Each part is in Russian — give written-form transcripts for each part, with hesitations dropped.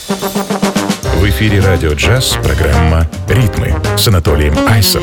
В эфире радио «Джаз» программа «Ритмы» с Анатолием Айсом.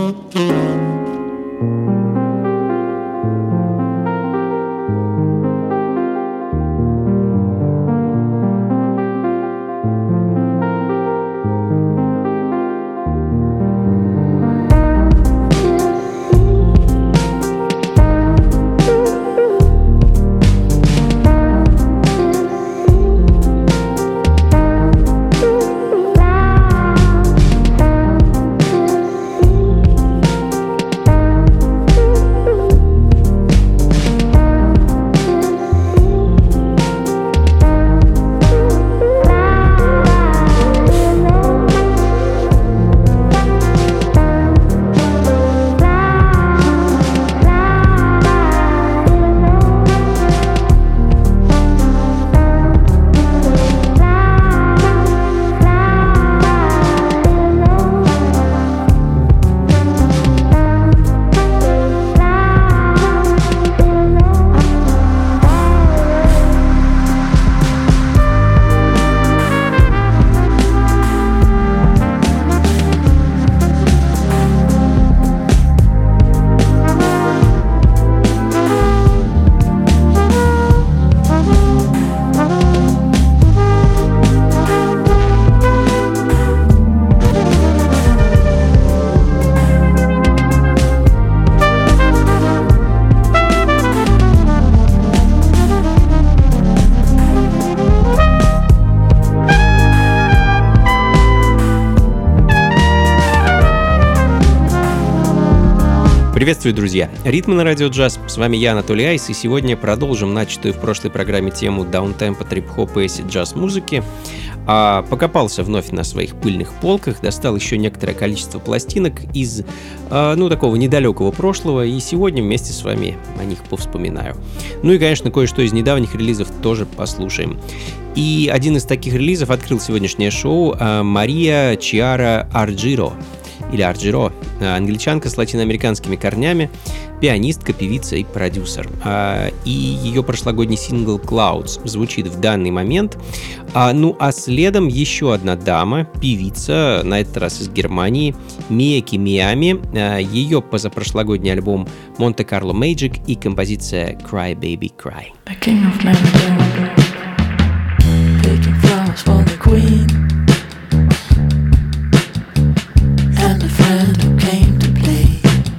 Приветствую, друзья! Ритмы на радио «Джаз». С вами я, Анатолий Айс, и сегодня продолжим начатую в прошлой программе тему даунтемпа, трип-хопа и джаз-музыки. Покопался вновь на своих пыльных полках, достал еще некоторое количество пластинок из, такого недалекого прошлого, и сегодня вместе с вами о них повспоминаю. Ну и, конечно, кое-что из недавних релизов тоже послушаем. И один из таких релизов открыл сегодняшнее шоу Мария Чиара Арджиро. Или Арджиро, англичанка с латиноамериканскими корнями, пианистка, певица и продюсер. И ее прошлогодний сингл «Clouds» звучит в данный момент. А следом еще одна дама, певица, на этот раз из Германии, Мияки Миями. Ее позапрошлогодний альбом «Monte Carlo Magic» и композиция «Cry Baby Cry». And a friend who came to play.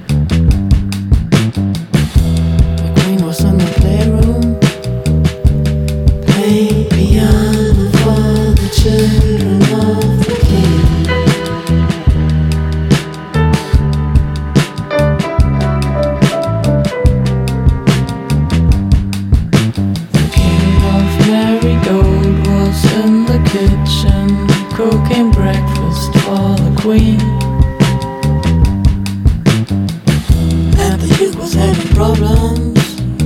The queen was in the playroom, playing piano for the children of the king. The king of Marigold was in the kitchen, cooking breakfast for the queen. Having problems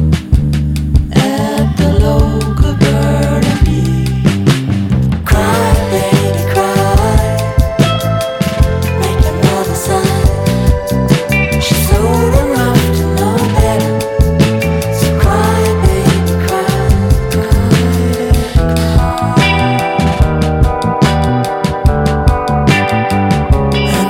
at the local bird and bee. Cry, baby, cry, make your mother sigh. She's old enough to know better. So cry, baby, cry, cry. And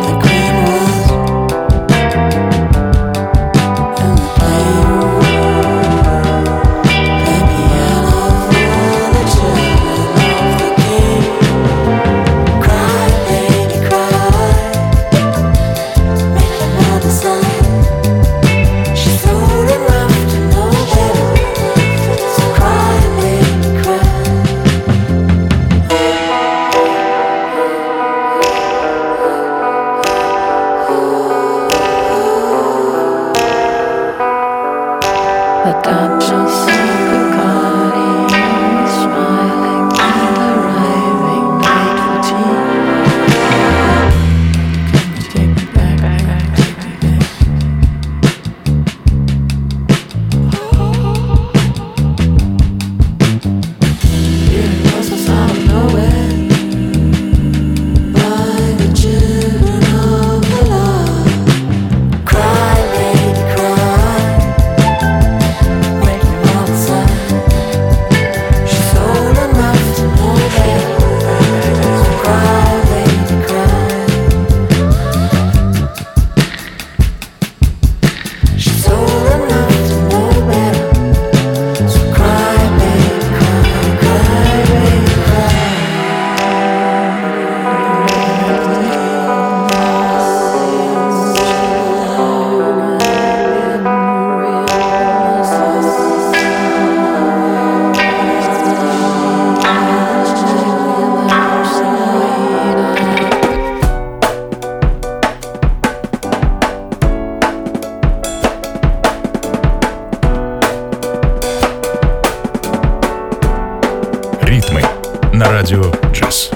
на радио «Джаз».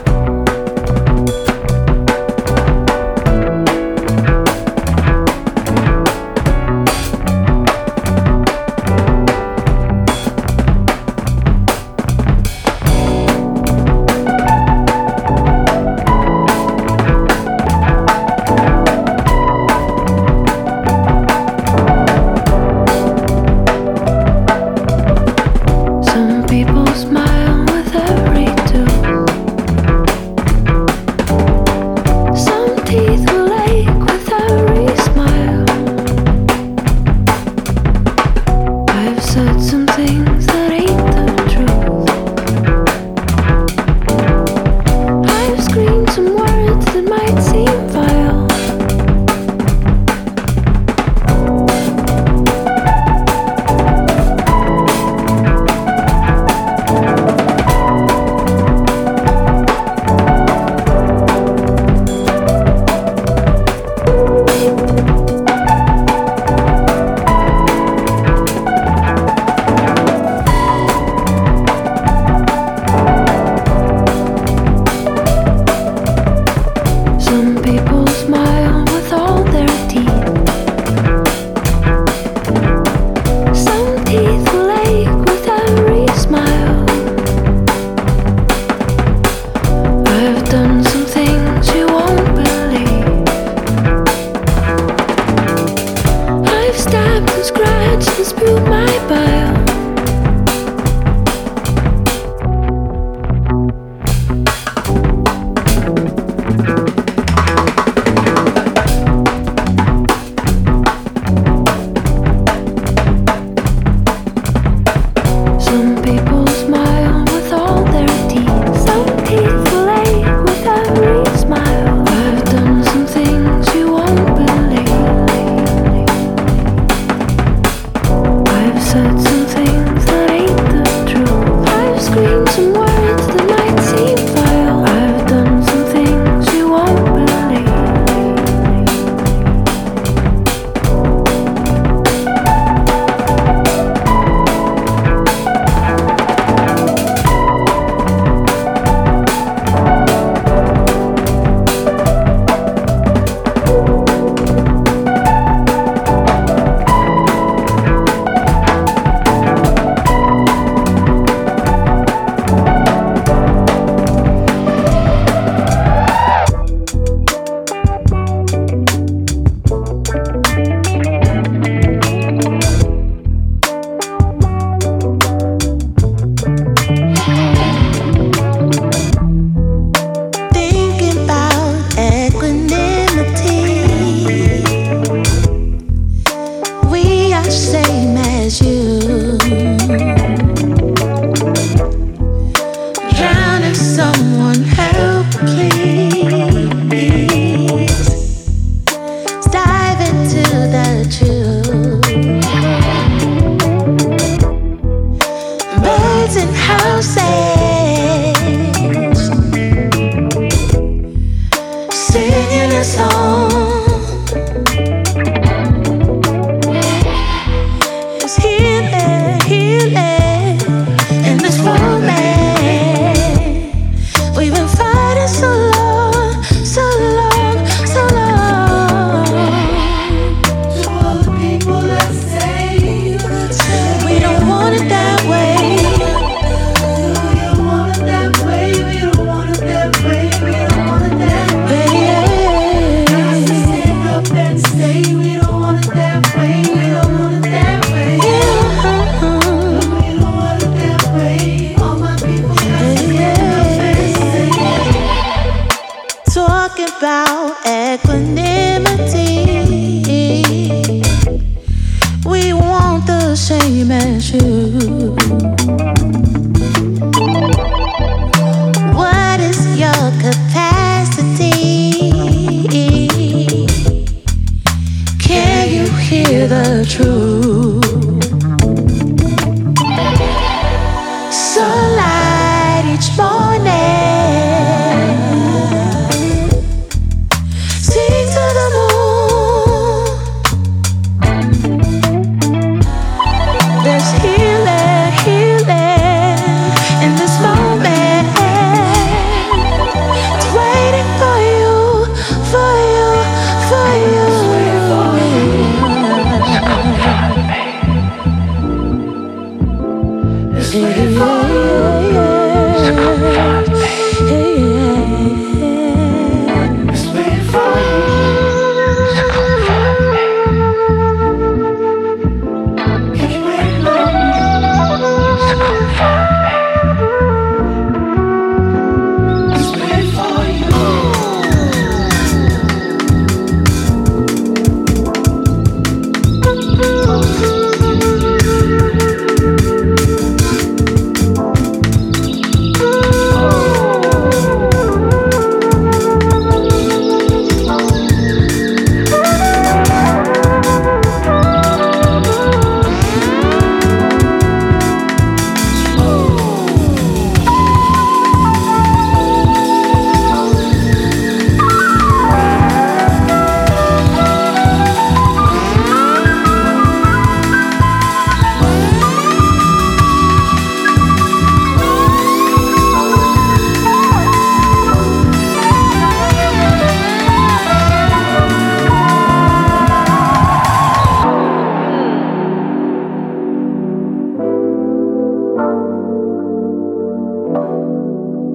There's healing.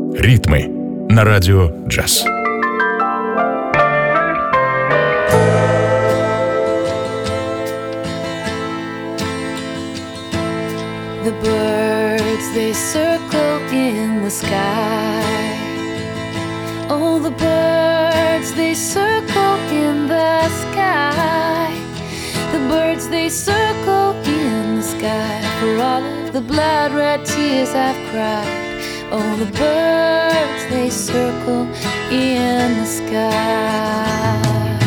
Ритмы на радио «Джаз». The birds, they circle in the sky. Oh, the birds, they circle in the sky. The birds, they circle in the sky. For all of the blood red tears I've cried. Oh, the birds, they circle in the sky.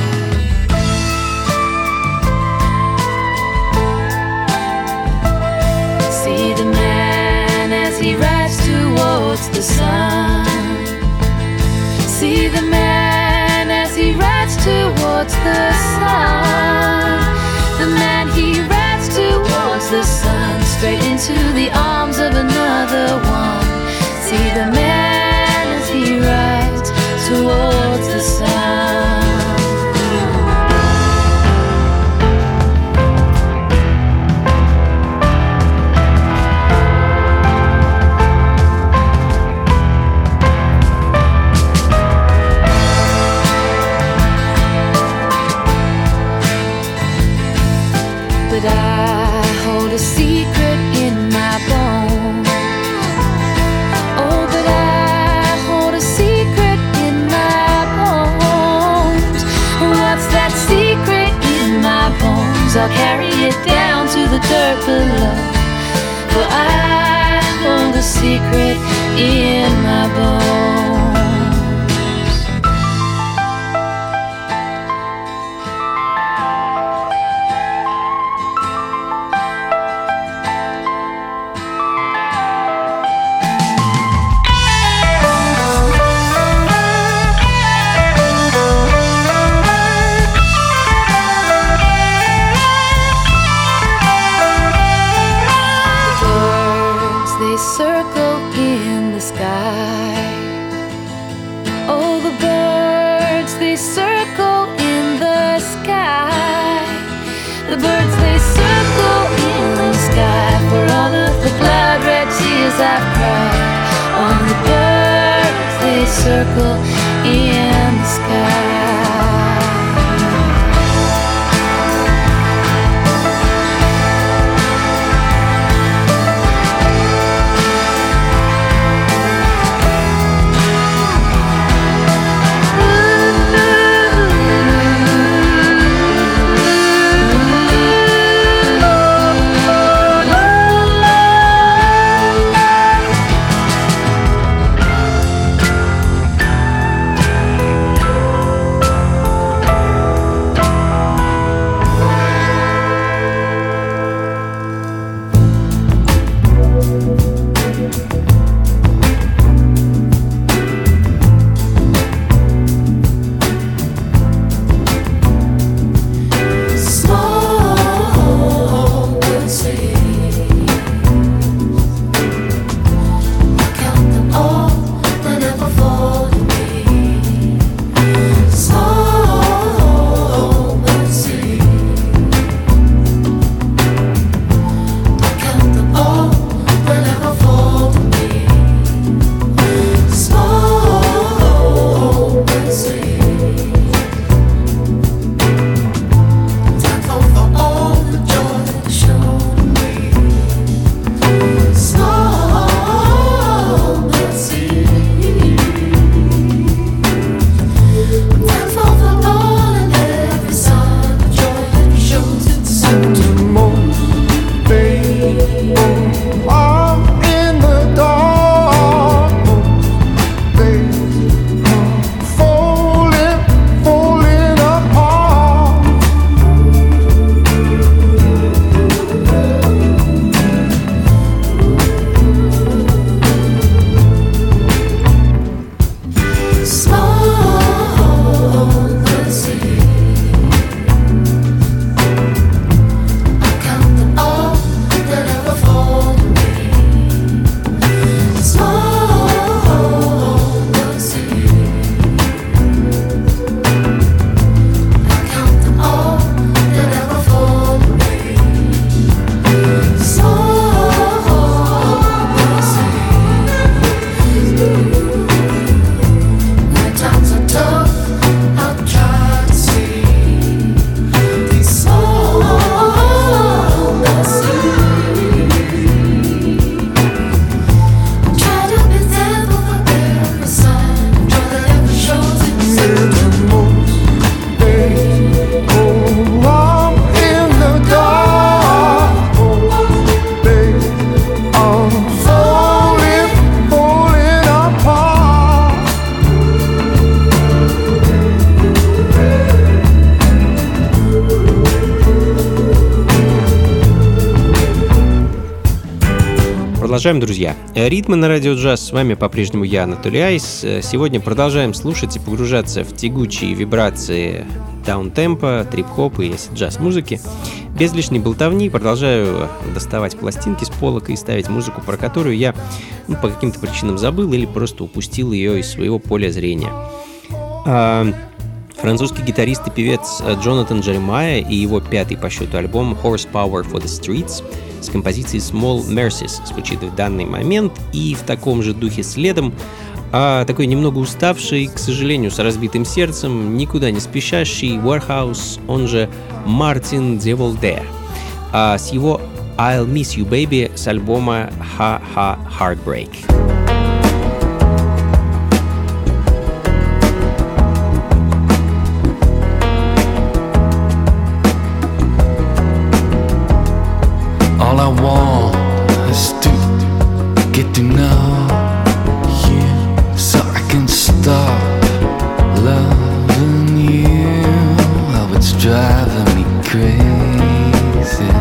See the man as he rides towards the sun. See the man as he rides towards the sun. The man, he rides towards the sun, straight into the arms of another one. See the man as he rides towards the sun. But I hold a secret in my bones. Oh, but I hold a secret in my bones. What's that secret in my bones? I'll carry it down to the dirt below. For I hold a secret in my bones. Circle in the sky. Oh, the birds, they circle in the sky. The birds, they circle in the sky. For all of the blood red tears I've cried. Oh, the birds, they circle in the sky. Продолжаем, друзья. Ритмы на радио джаз. С вами по-прежнему я, Анатолий Айс. Сегодня продолжаем слушать и погружаться в тягучие вибрации даунтемпа, трип-хопа и джаз-музыки. Без лишней болтовни продолжаю доставать пластинки с полок и ставить музыку, про которую я по каким-то причинам забыл или просто упустил ее из своего поля зрения. Французский гитарист и певец Джонатан Джеремайя и его пятый по счету альбом Horsepower for the Streets с композицией Small Mercies звучит в данный момент, и в таком же духе следом такой немного уставший, к сожалению, с разбитым сердцем, никуда не спешащий Warehouse, он же Мартин Деволде, с его I'll Miss You Baby с альбома Ha Ha Heartbreak. All I want is to get to know you, so I can stop loving you. Oh, it's driving me crazy.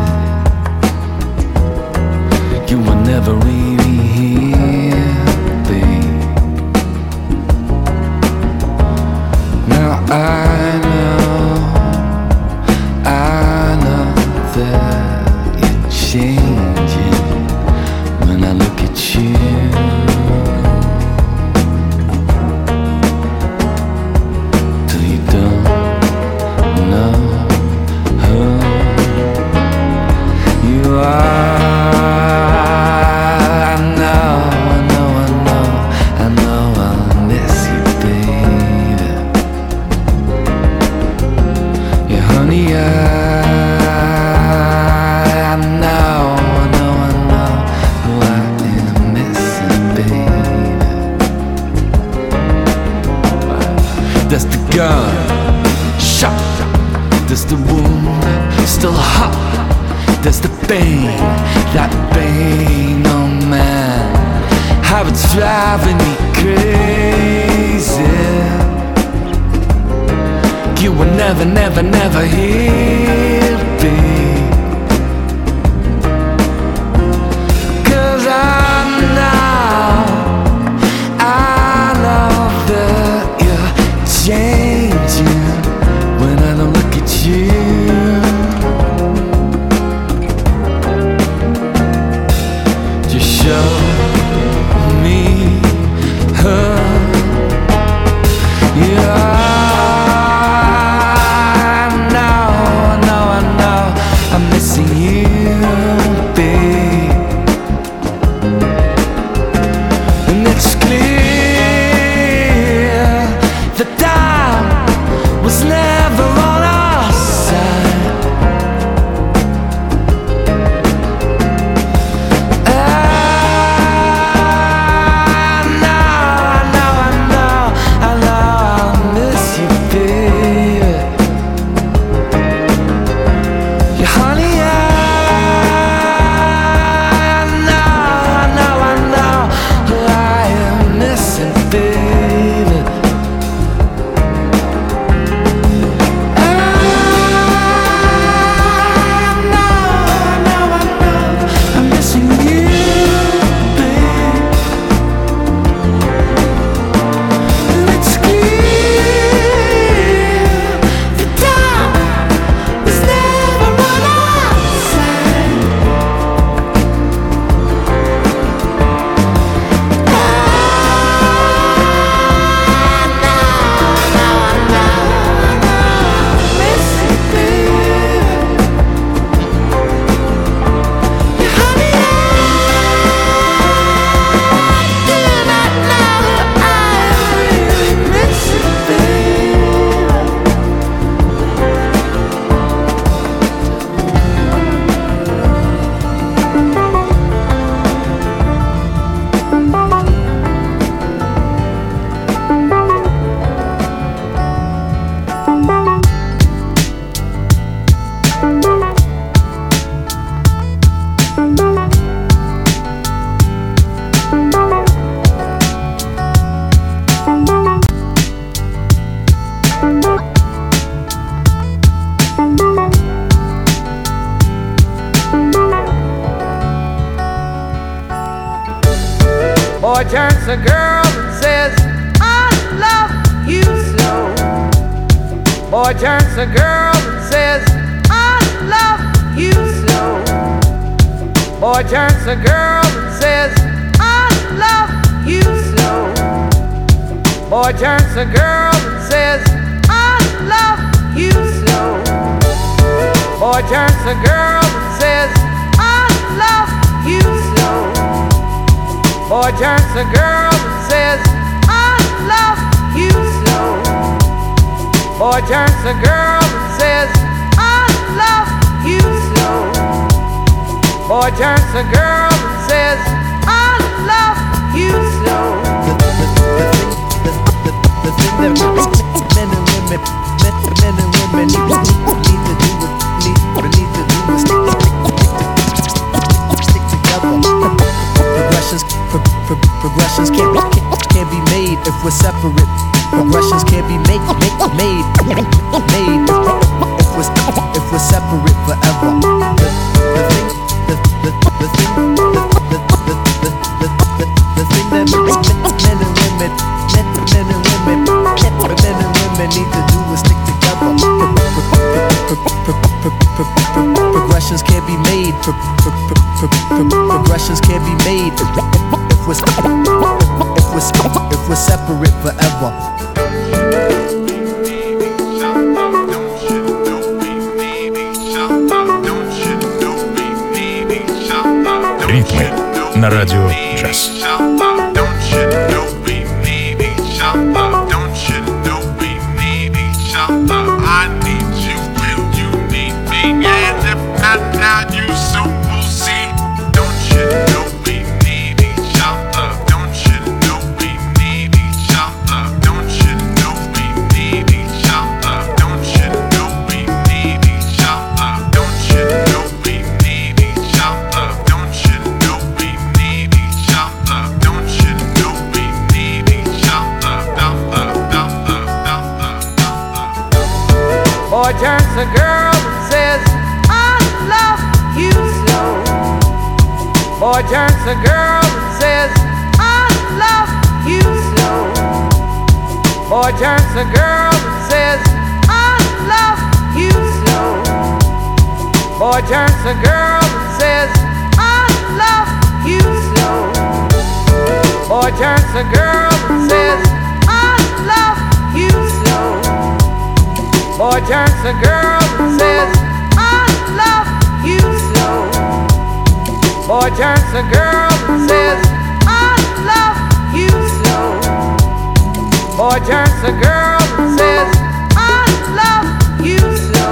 You were never really here, babe. Now I know that you're changing when I look at you. Till you don't know who you are. I know I'll miss you, baby. Yeah, honey, I know who I am missing, baby. There's the gun, shot. There's the wound, still hot. There's the pain, that pain, oh man, how it's driving me crazy. You were never here, babe. 'Cause I know that you're changing when I don't look at you. Just show me her. Yeah, I know Boy turns to girl and says, I love you so. Boy turns to girl and says, I love you so. Boy turns to girl and says, I love you so. Boy turns to girl and says, I love you so. Boy turns to girl and says, I love you so. Boy turns to girl and says, I love you so. Boy turns to girl and says, I love you so. Boy turns to girl and says, I love you so. The thing that men and women need to do is stick together. Progressions can't be made if we're separate. Progressions can't be made if we're separate forever. The thing that men and women need to do is stick together. Progressions can't be made. Progressions can't be made if we're separate forever. Ритмы на радио «Джаз». Boy turns to girl and says, I love you so. Boy turns to girl and says, I love you so. Boy turns to girl and says, I love you so. Boy turns to girl and says, I love you so. Boy turns to girl and says, I love you so. Boy turns to girl and says, I love you so. Boy turns to girl and says, I love you so. Boy turns to girl and says, I love you so.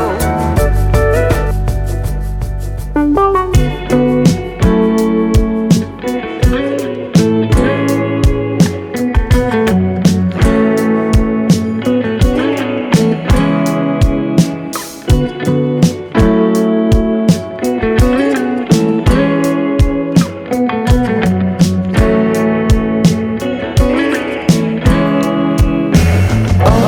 Oh,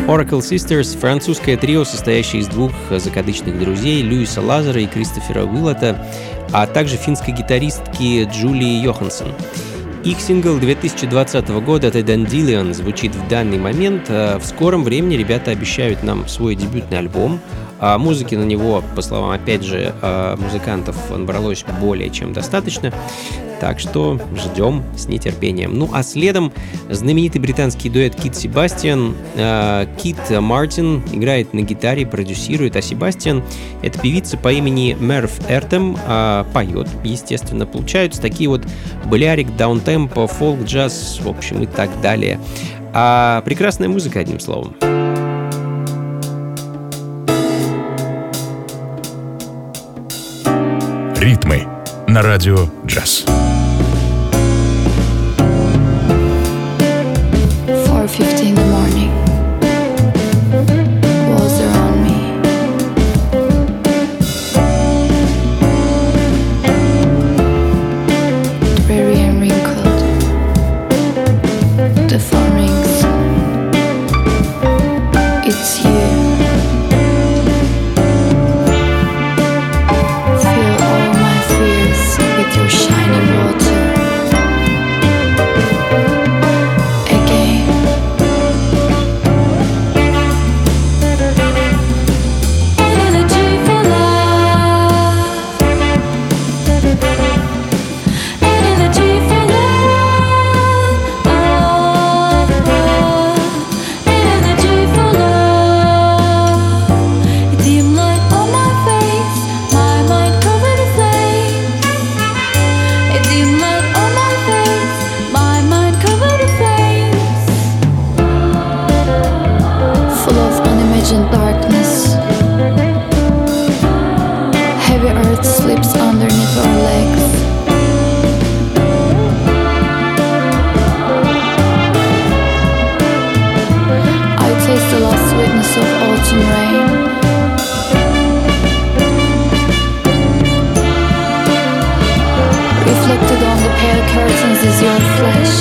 Oracle Sisters — французское трио, состоящее из двух закадычных друзей Льюиса Лазера и Кристофера Уиллота, а также финской гитаристки Джулии Йоханссон. Их сингл 2020 года «The Dandelion» звучит в данный момент. В скором времени ребята обещают нам свой дебютный альбом. Музыки на него, по словам, опять же, музыкантов, набралось более чем достаточно. Так что ждем с нетерпением. Ну а следом знаменитый британский дуэт Кит Себастьян. Кит Мартин играет на гитаре, продюсирует, а Себастьян — это певица по имени Мерв Эртем, поет, естественно. Получаются такие вот болярик, даунтемпо, фолк, джаз, в общем, и так далее. Прекрасная музыка, одним словом. Ритмы на радио «Джаз». 4:50 in the morning. Walls around me. Dreary and wrinkled. The phone rings. It's you. Fill all my fears with your shining water. Darkness. Heavy earth slips underneath our legs. I taste the last sweetness of autumn rain. Reflected on the pale curtains is your flesh.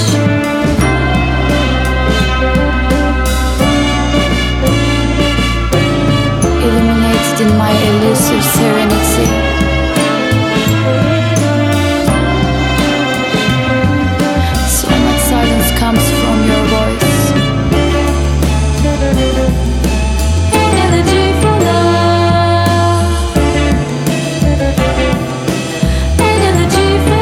In my elusive serenity. So much silence comes from your voice. Energy for love. Energy for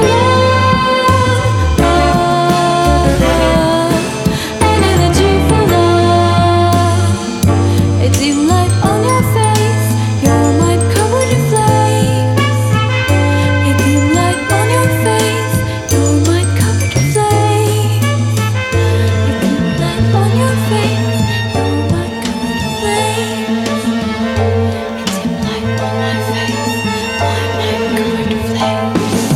love. Energy for love. A dim light on your face. Your mind covered in flames. A dim light on your face. Your mind covered in flames. A dim light on your face. Your mind covered in flames. A dim light on my face. My mind covered in flames.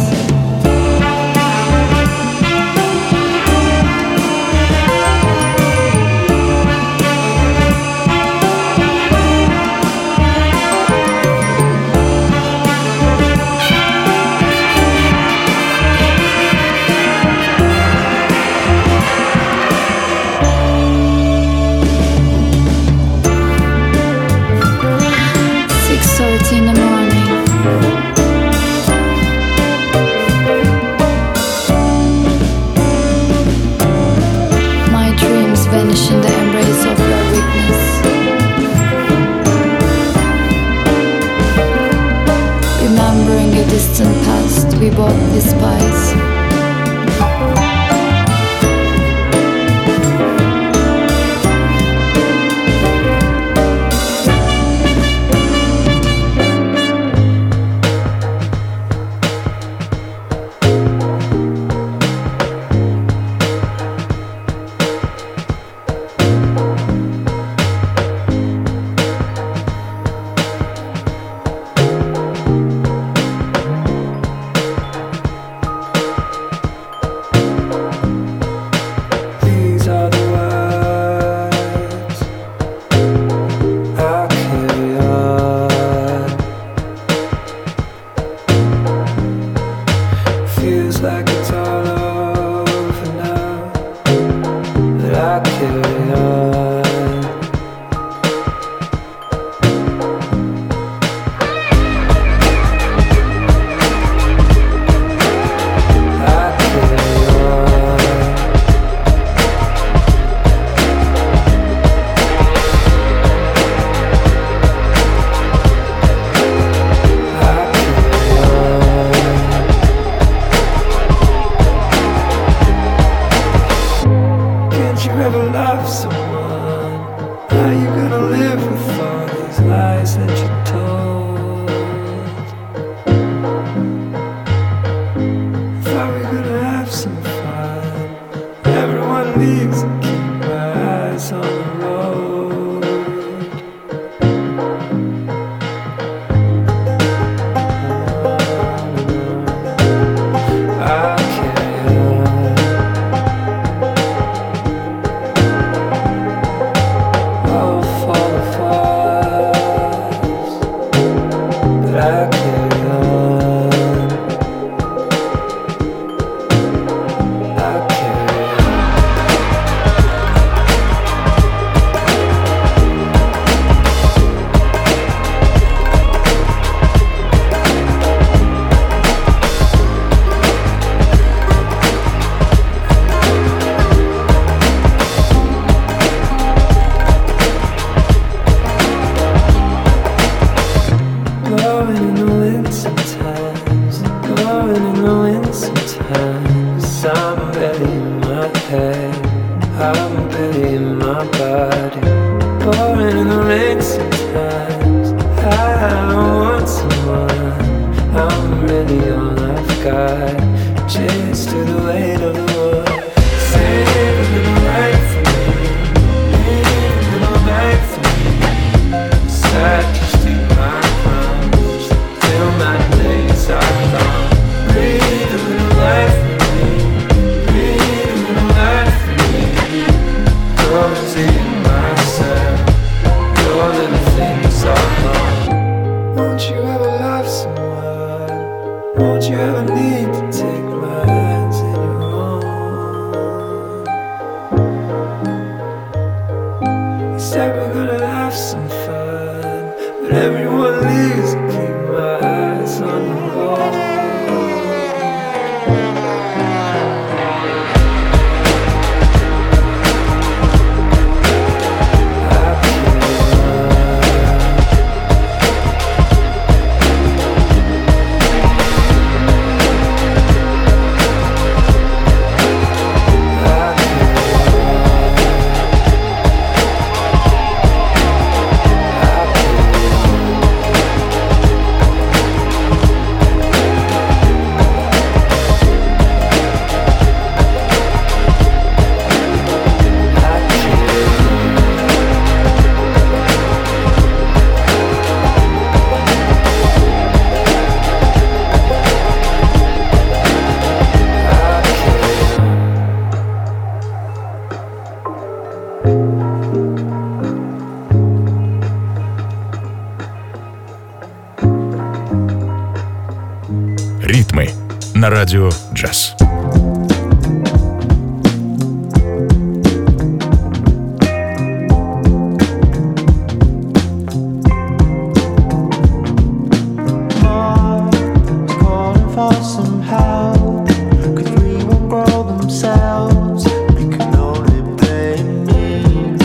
In the morning. My dreams vanish in the embrace of your weakness. Remembering a distant past we both despise. have someone? How you gonna live with all these lies that you told? Thought we were gonna have some fun. Everyone leaves and keep my eyes on the road. I carry on. I'll fall apart, but I carry on. I carry on. Blowing in the wind sometimes, blowing in the wind sometimes. I'm a belly in my head, I'm a belly in my body. Pouring in the rain sometimes, I want someone. I'm really all I've got, chase to the weight of the world. Save a little light for me, leave a little night for me. Sad just take my arms till my days are gone. Breathe a little life for me, breathe a little life for me. Don't see myself, your little things are gone. Won't you ever love someone? Won't you ever need to take my hands in your own? You said we're gonna have some fun, but everyone leaves and keep my eyes on the road. I carry on. I Ритмы на радио «Джаз». Calling for some help, 'cause we won't grow themselves. They can only blame me.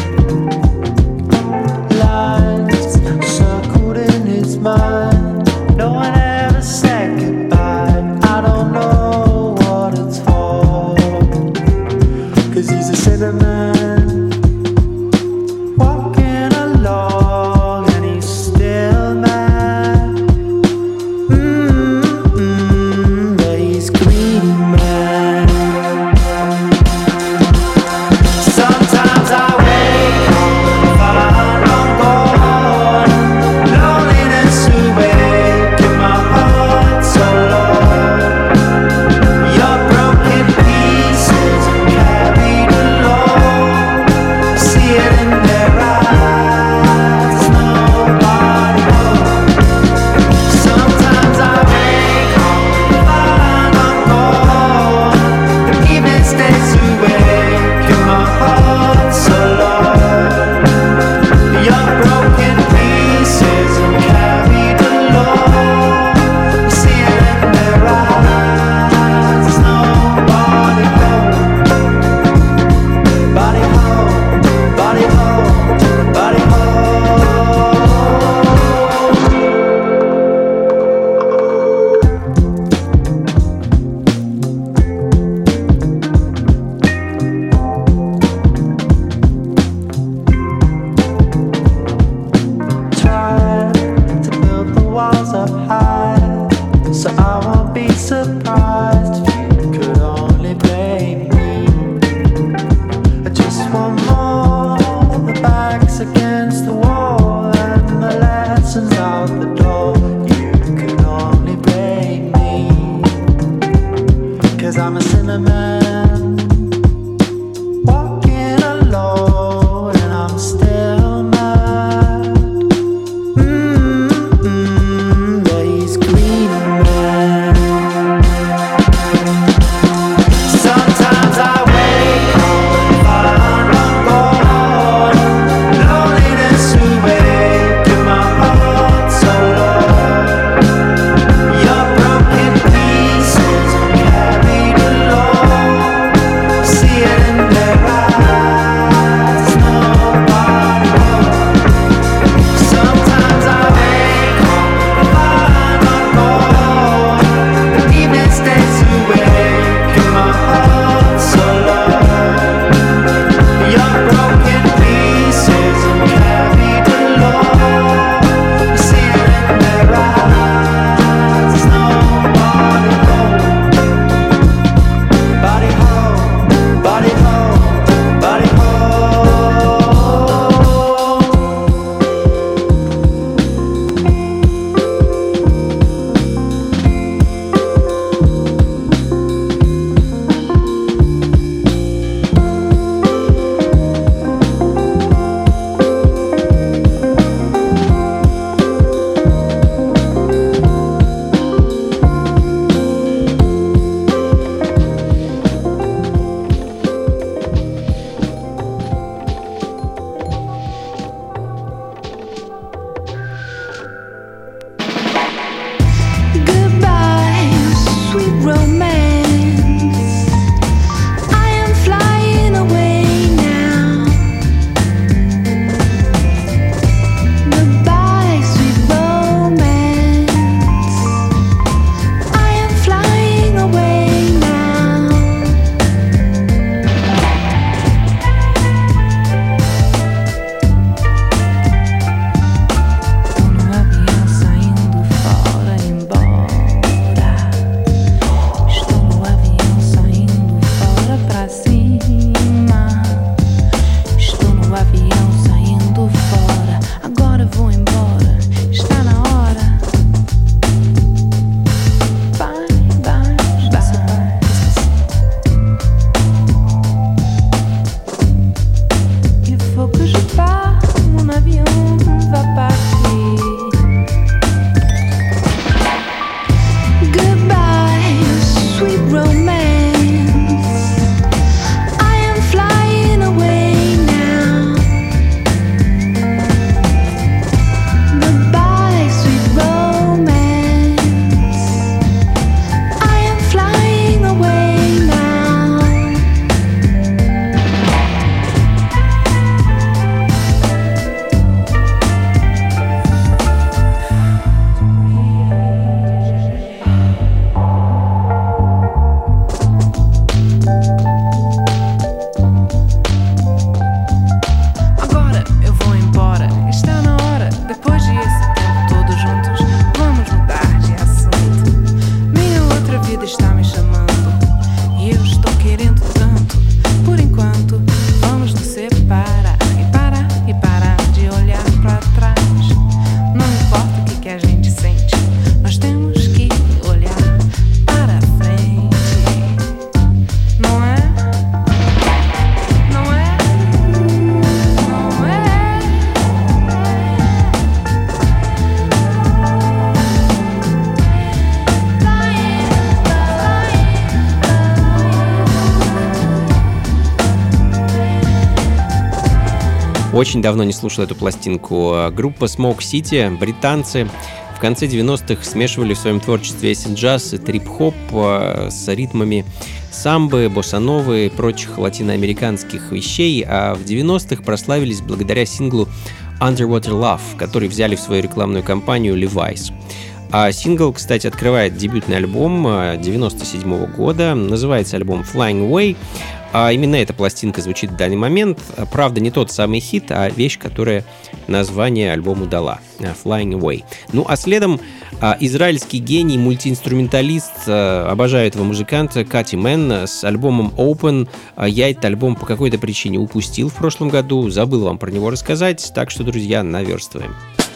Lines circled in his mind. No one ever said goodbye. I don't know what Очень давно не слушал эту пластинку. Группа Smoke City, британцы, в конце 90-х смешивали в своем творчестве acid-джаз и трип-хоп с ритмами самбы, боссановы и прочих латиноамериканских вещей, а в 90-х прославились благодаря синглу Underwater Love, который взяли в свою рекламную кампанию Levi's. А сингл, кстати, открывает дебютный альбом 97 года, называется альбом Flying Away. А именно эта пластинка звучит в данный момент. Правда, не тот самый хит, а вещь, которая название альбому дала. Flying Away. Ну а следом израильский гений, мультиинструменталист, обожаю этого музыканта, Кати Мэн с альбомом Open. Я этот альбом по какой-то причине упустил в прошлом году, забыл вам про него рассказать, так что, друзья, наверстываем.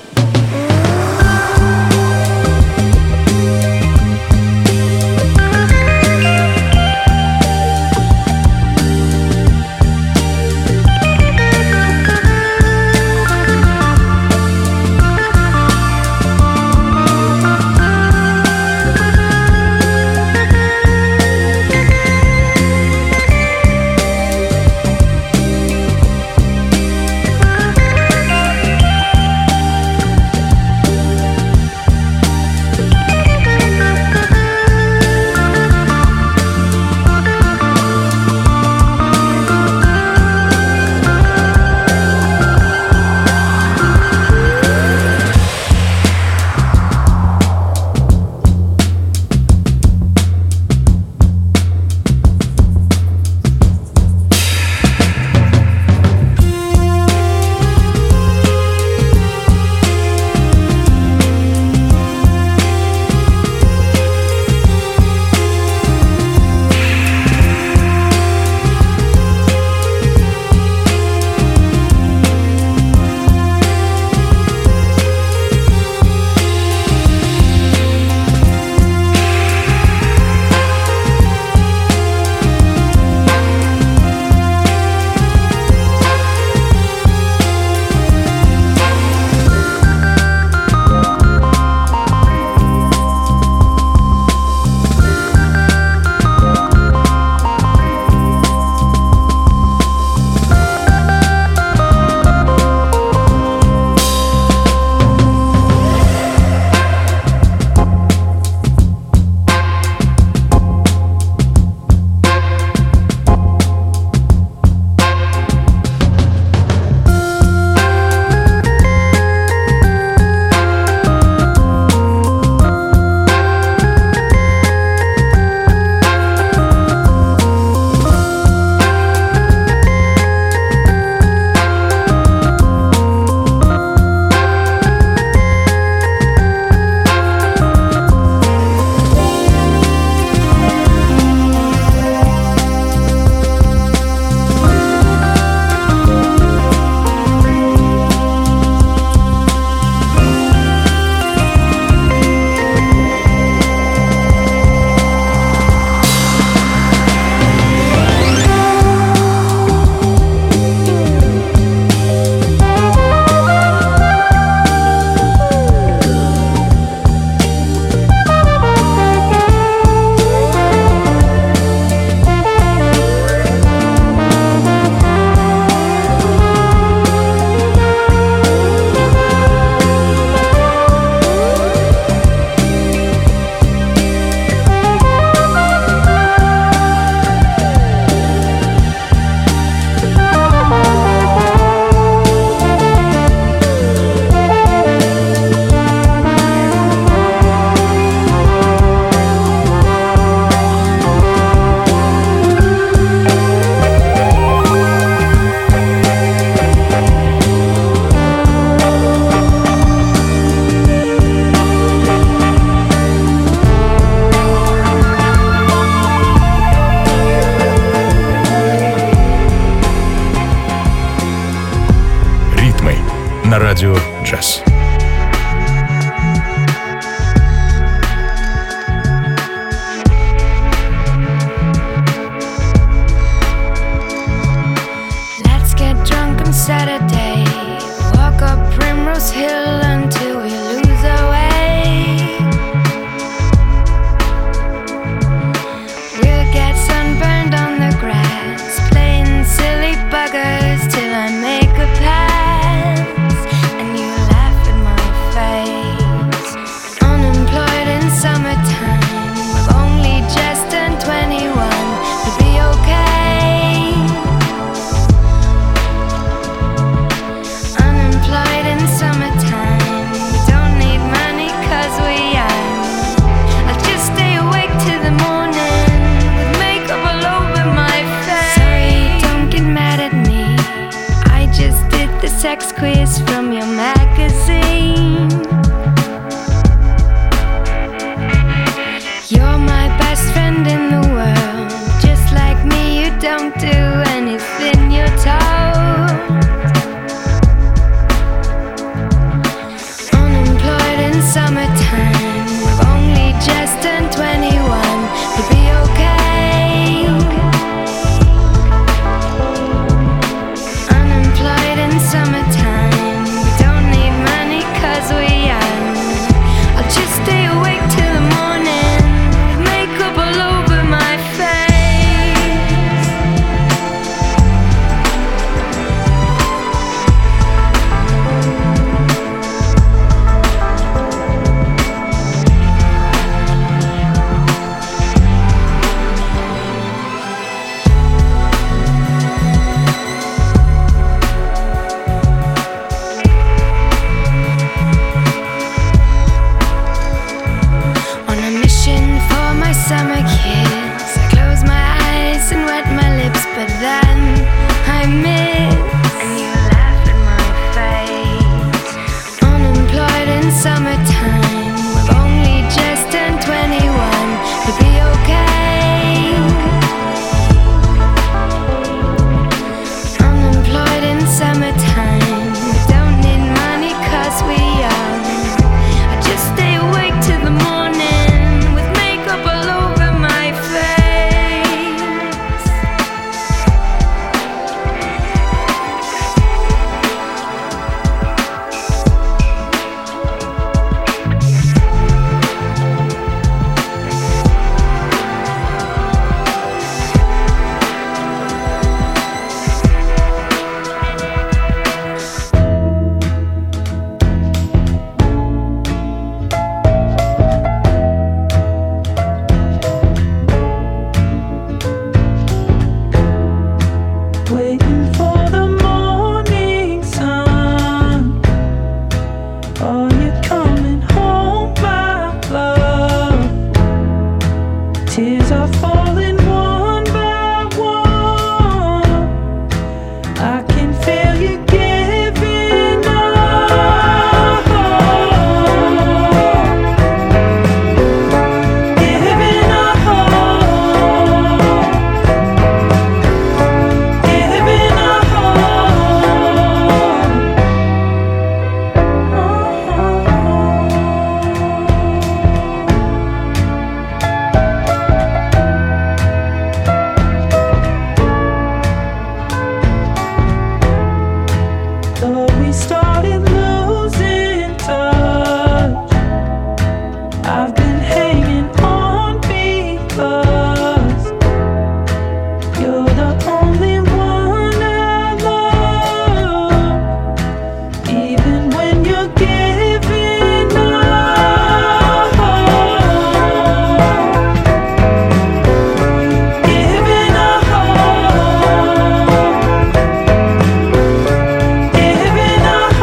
на радио «Джаз». Saturday, walk up Primrose Hill until we lose our way. We'll get sunburned on the grass, playing silly buggers till I make a pass. text quiz from your magazine. You're my best friend in the world. Just like me, you don't do anything you're told. Unemployed in summertime, we've only just turned 21. You'll be okay. Unemployed in summertime, we don't need money 'cause we're young. I'll just stay awake till the morning, makeup all over my face. On a mission for my summer kiss, I close my eyes and wet my lips, but then I miss, and you laugh in my face. Unemployed in summertime, we've only just turned 21. We'll be okay. Unemployed in summertime, we don't need money 'cause we're young. I just stay awake till the morning with makeup all over my face. Waiting for the morning sun. Are you coming home, my love? Tears are falling one by one. I can feel you giving up. Giving up. Giving up. Though we started losing touch, I've been hanging on because you're the only one I love. Even when you're giving up. Giving up. Giving up.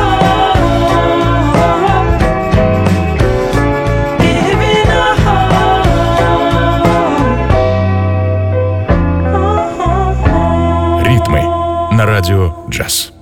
Giving up. Ритмы на радио «Джаз».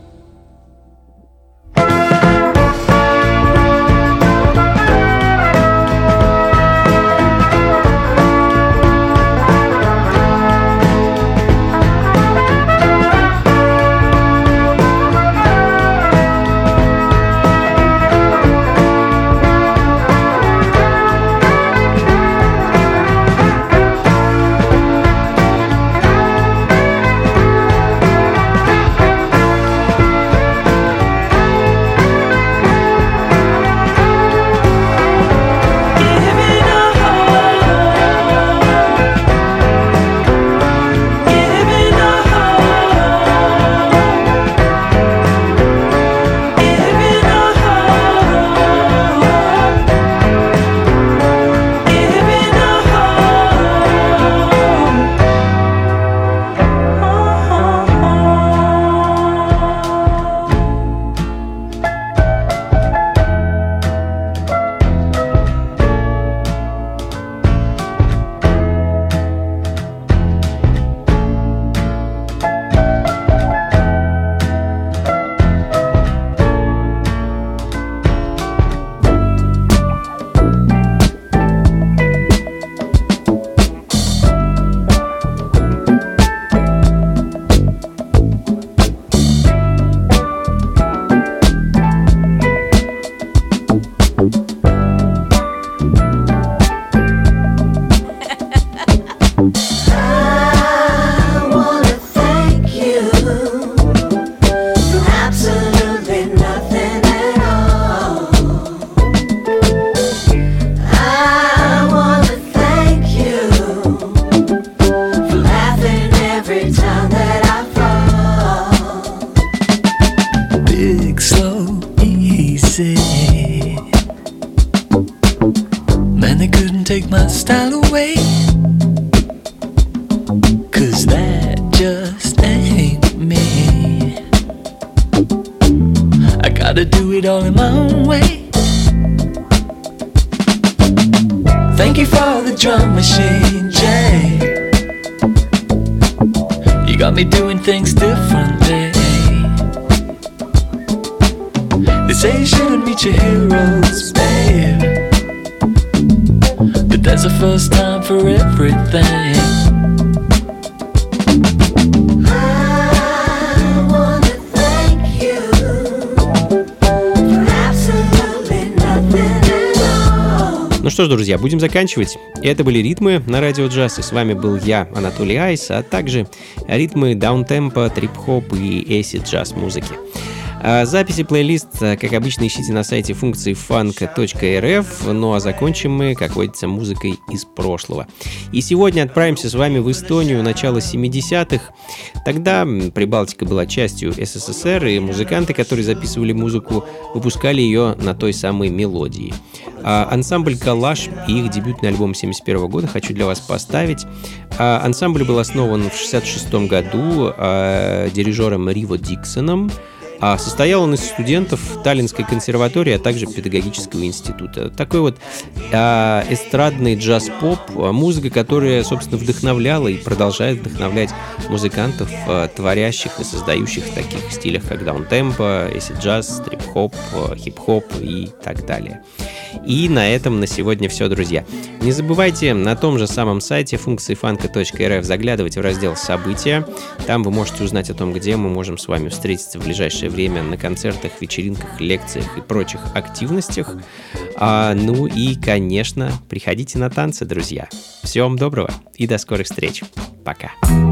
so easy. Man, they couldn't take my style away, 'cause that just ain't me. I gotta do it all in my own way. Thank you for the drum machine, Jay. You got me doing things differently. They say you shouldn't meet your heroes, babe, but there's a first time for everything. Ну что ж, друзья, будем заканчивать. Это были ритмы на Радио Джаз, и с вами был я, Анатолий Айс, а также ритмы даунтемпа, трип-хоп и эйсид-джаз музыки. Записи плейлист, как обычно, ищите на сайте функции funk.rf, ну а закончим мы, как водится, музыкой из прошлого. И сегодня отправимся с вами в Эстонию начала 70-х. Тогда Прибалтика была частью СССР, и музыканты, которые записывали музыку, выпускали ее на той самой мелодии. Ансамбль «Калаш» и их дебютный альбом 71 года хочу для вас поставить. Ансамбль был основан в 66 году дирижером Риво Диксоном. Состоял он из студентов Таллинской консерватории, а также педагогического института. Такой вот эстрадный джаз-поп, музыка, которая, собственно, вдохновляла и продолжает вдохновлять музыкантов, творящих и создающих в таких стилях, как даунтемпо, эйсид-джаз, трип-хоп, хип-хоп и так далее. И на этом на сегодня все, друзья. Не забывайте на том же самом сайте функции funk.rf заглядывать в раздел «События». Там вы можете узнать о том, где мы можем с вами встретиться в ближайшее время на концертах, вечеринках, лекциях и прочих активностях. Ну и, конечно, приходите на танцы, друзья. Всего вам доброго и до скорых встреч. Пока.